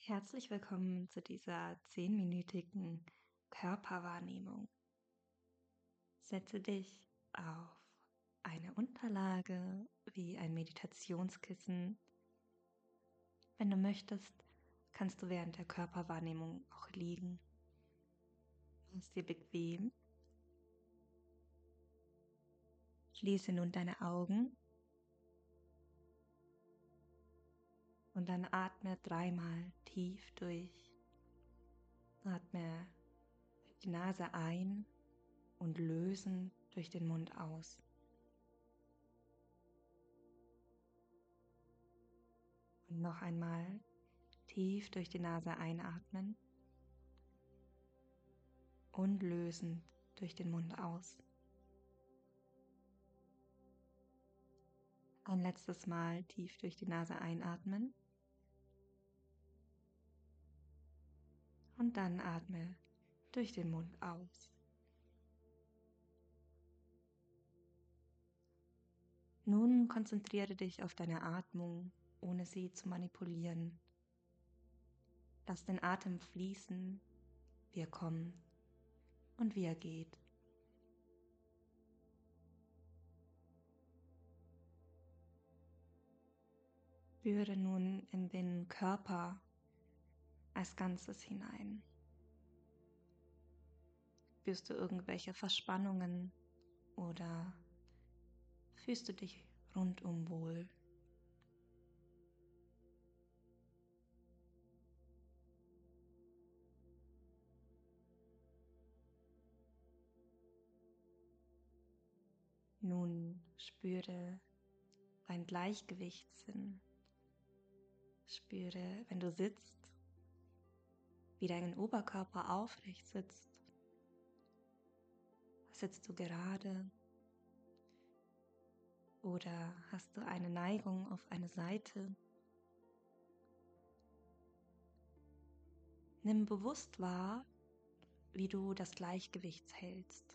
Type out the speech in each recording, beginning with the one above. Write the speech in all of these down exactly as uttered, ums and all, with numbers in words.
Herzlich willkommen zu dieser zehnminütigen Körperwahrnehmung. Setze dich auf eine Unterlage wie ein Meditationskissen. Wenn du möchtest, kannst du während der Körperwahrnehmung auch liegen. Mach es dir bequem. Schließe nun deine Augen und dann atme dreimal tief durch. Atme durch die Nase ein und lösen durch den Mund aus. Und noch einmal tief durch die Nase einatmen und lösend durch den Mund aus. Ein letztes Mal tief durch die Nase einatmen und dann atme durch den Mund aus. Nun konzentriere dich auf deine Atmung, ohne sie zu manipulieren. Lass den Atem fließen, wie er kommt und wie er geht. Spüre nun in den Körper als Ganzes hinein. Spürst du irgendwelche Verspannungen oder fühlst du dich rundum wohl? Nun spüre dein Gleichgewichtssinn. Spüre, wenn du sitzt, wie dein Oberkörper aufrecht sitzt. Sitzt du gerade oder hast du eine Neigung auf eine Seite? Nimm bewusst wahr, wie du das Gleichgewicht hältst.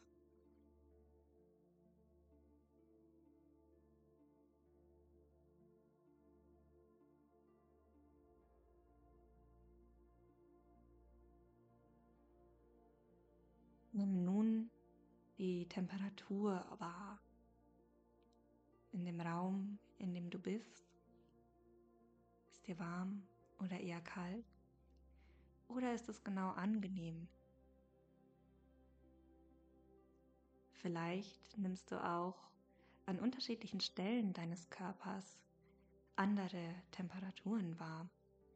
Nimm nun die Temperatur wahr in dem Raum, in dem du bist. Ist dir warm oder eher kalt? Oder ist es genau angenehm? Vielleicht nimmst du auch an unterschiedlichen Stellen deines Körpers andere Temperaturen wahr.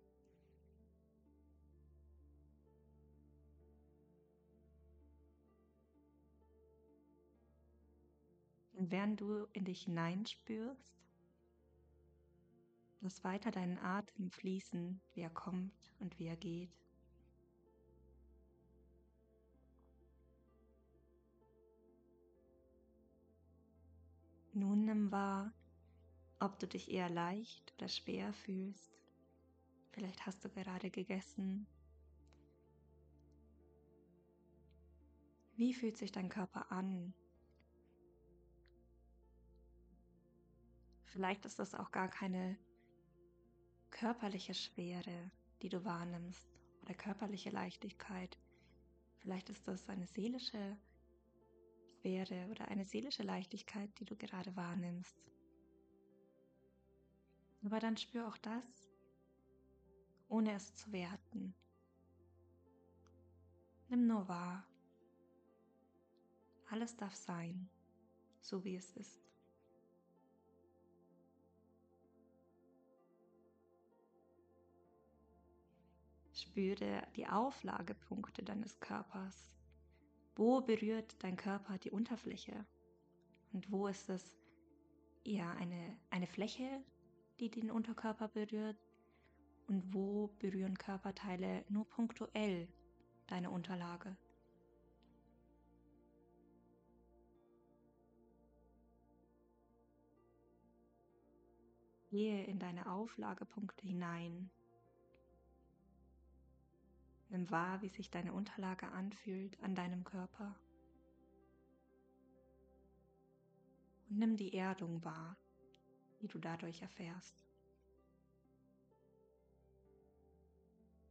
Und während du in dich hineinspürst, lass weiter deinen Atem fließen, wie er kommt und wie er geht. Nun nimm wahr, ob du dich eher leicht oder schwer fühlst. Vielleicht hast du gerade gegessen. Wie fühlt sich dein Körper an? Vielleicht ist das auch gar keine körperliche Schwere, die du wahrnimmst, oder körperliche Leichtigkeit. Vielleicht ist das eine seelische Schwere oder eine seelische Leichtigkeit, die du gerade wahrnimmst. Aber dann spür auch das, ohne es zu werten. Nimm nur wahr. Alles darf sein, so wie es ist. Spüre die Auflagepunkte deines Körpers. Wo berührt dein Körper die Unterfläche? Und wo ist es eher eine, eine Fläche, die den Unterkörper berührt? Und wo berühren Körperteile nur punktuell deine Unterlage? Gehe in deine Auflagepunkte hinein. Nimm wahr, wie sich deine Unterlage anfühlt an deinem Körper. Und nimm die Erdung wahr, die du dadurch erfährst.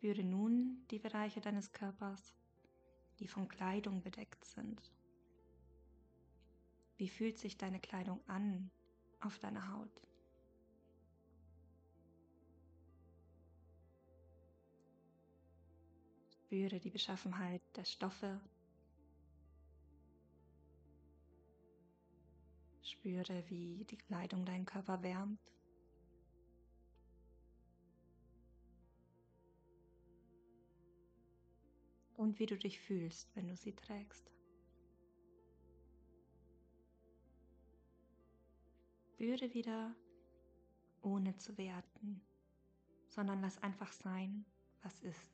Spüre nun die Bereiche deines Körpers, die von Kleidung bedeckt sind. Wie fühlt sich deine Kleidung an auf deiner Haut? Spüre die Beschaffenheit der Stoffe. Spüre, wie die Kleidung deinen Körper wärmt. Und wie du dich fühlst, wenn du sie trägst. Spüre wieder, ohne zu werten, sondern lass einfach sein, was ist.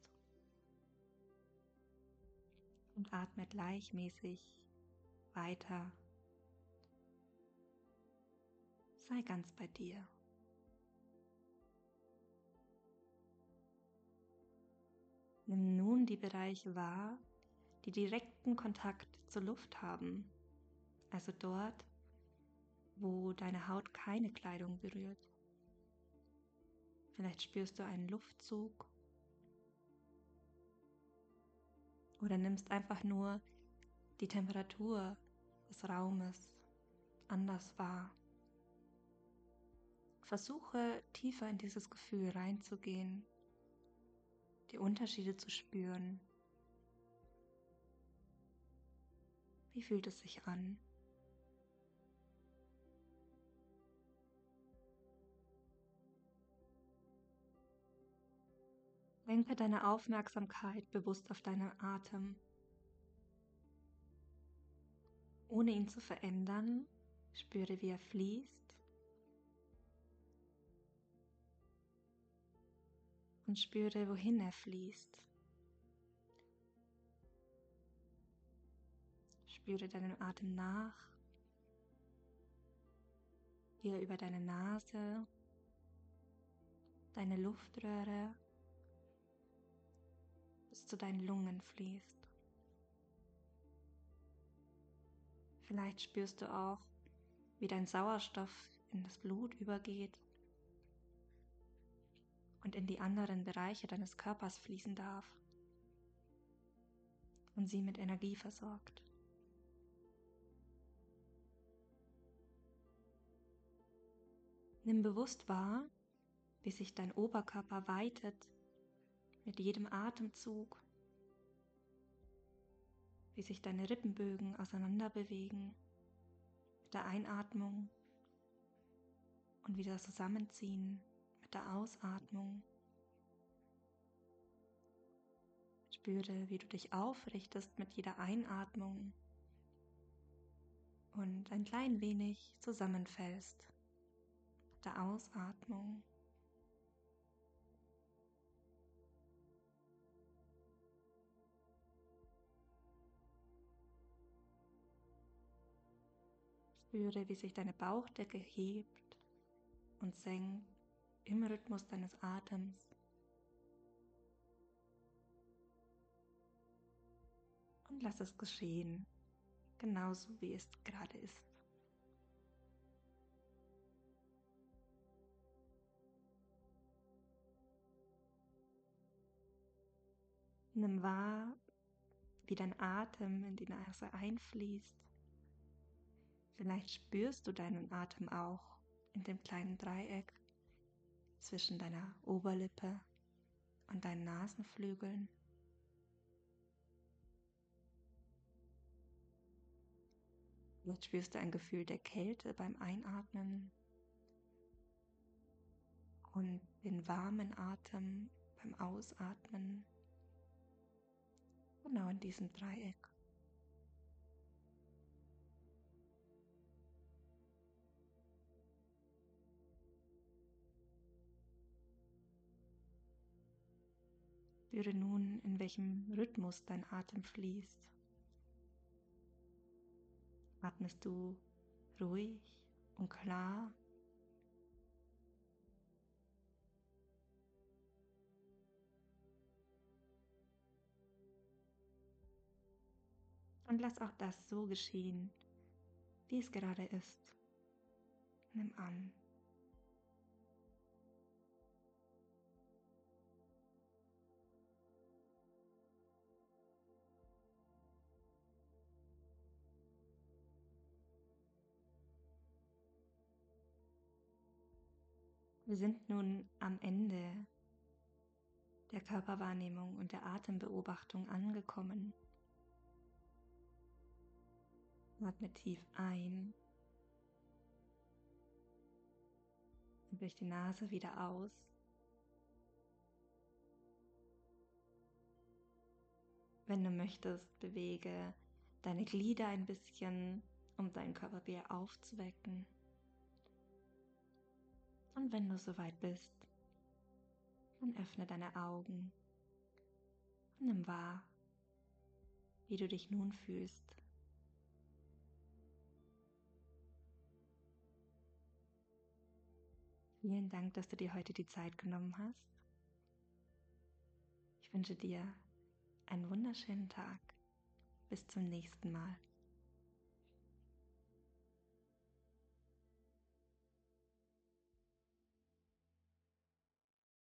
Und atme gleichmäßig weiter. Sei ganz bei dir. Nimm nun die Bereiche wahr, die direkten Kontakt zur Luft haben, also dort, wo deine Haut keine Kleidung berührt. Vielleicht spürst du einen Luftzug oder nimmst einfach nur die Temperatur des Raumes anders wahr. Versuche tiefer in dieses Gefühl reinzugehen, die Unterschiede zu spüren. Wie fühlt es sich an? Lenke deine Aufmerksamkeit bewusst auf deinen Atem. Ohne ihn zu verändern, spüre, wie er fließt und spüre, wohin er fließt. Spüre deinem Atem nach, wie er über deine Nase, deine Luftröhre bis zu deinen Lungen fließt. Vielleicht spürst du auch, wie dein Sauerstoff in das Blut übergeht und in die anderen Bereiche deines Körpers fließen darf und sie mit Energie versorgt. Nimm bewusst wahr, wie sich dein Oberkörper weitet mit jedem Atemzug, wie sich deine Rippenbögen auseinander bewegen mit der Einatmung und wieder zusammenziehen mit der Ausatmung. Spüre, wie du dich aufrichtest mit jeder Einatmung und ein klein wenig zusammenfällst mit der Ausatmung. Spüre, wie sich deine Bauchdecke hebt und senkt im Rhythmus deines Atems. Und lass es geschehen, genauso wie es gerade ist. Nimm wahr, wie dein Atem in die Nase einfließt. Vielleicht spürst du deinen Atem auch in dem kleinen Dreieck zwischen deiner Oberlippe und deinen Nasenflügeln. Jetzt spürst du ein Gefühl der Kälte beim Einatmen und den warmen Atem beim Ausatmen. Genau in diesem Dreieck. Spüre nun, in welchem Rhythmus dein Atem fließt. Atmest du ruhig und klar? Und lass auch das so geschehen, wie es gerade ist. Nimm an. Wir sind nun am Ende der Körperwahrnehmung und der Atembeobachtung angekommen. Atme tief ein und durch die Nase wieder aus. Wenn du möchtest, bewege deine Glieder ein bisschen, um deinen Körper wieder aufzuwecken. Und wenn du soweit bist, dann öffne deine Augen und nimm wahr, wie du dich nun fühlst. Vielen Dank, dass du dir heute die Zeit genommen hast. Ich wünsche dir einen wunderschönen Tag. Bis zum nächsten Mal.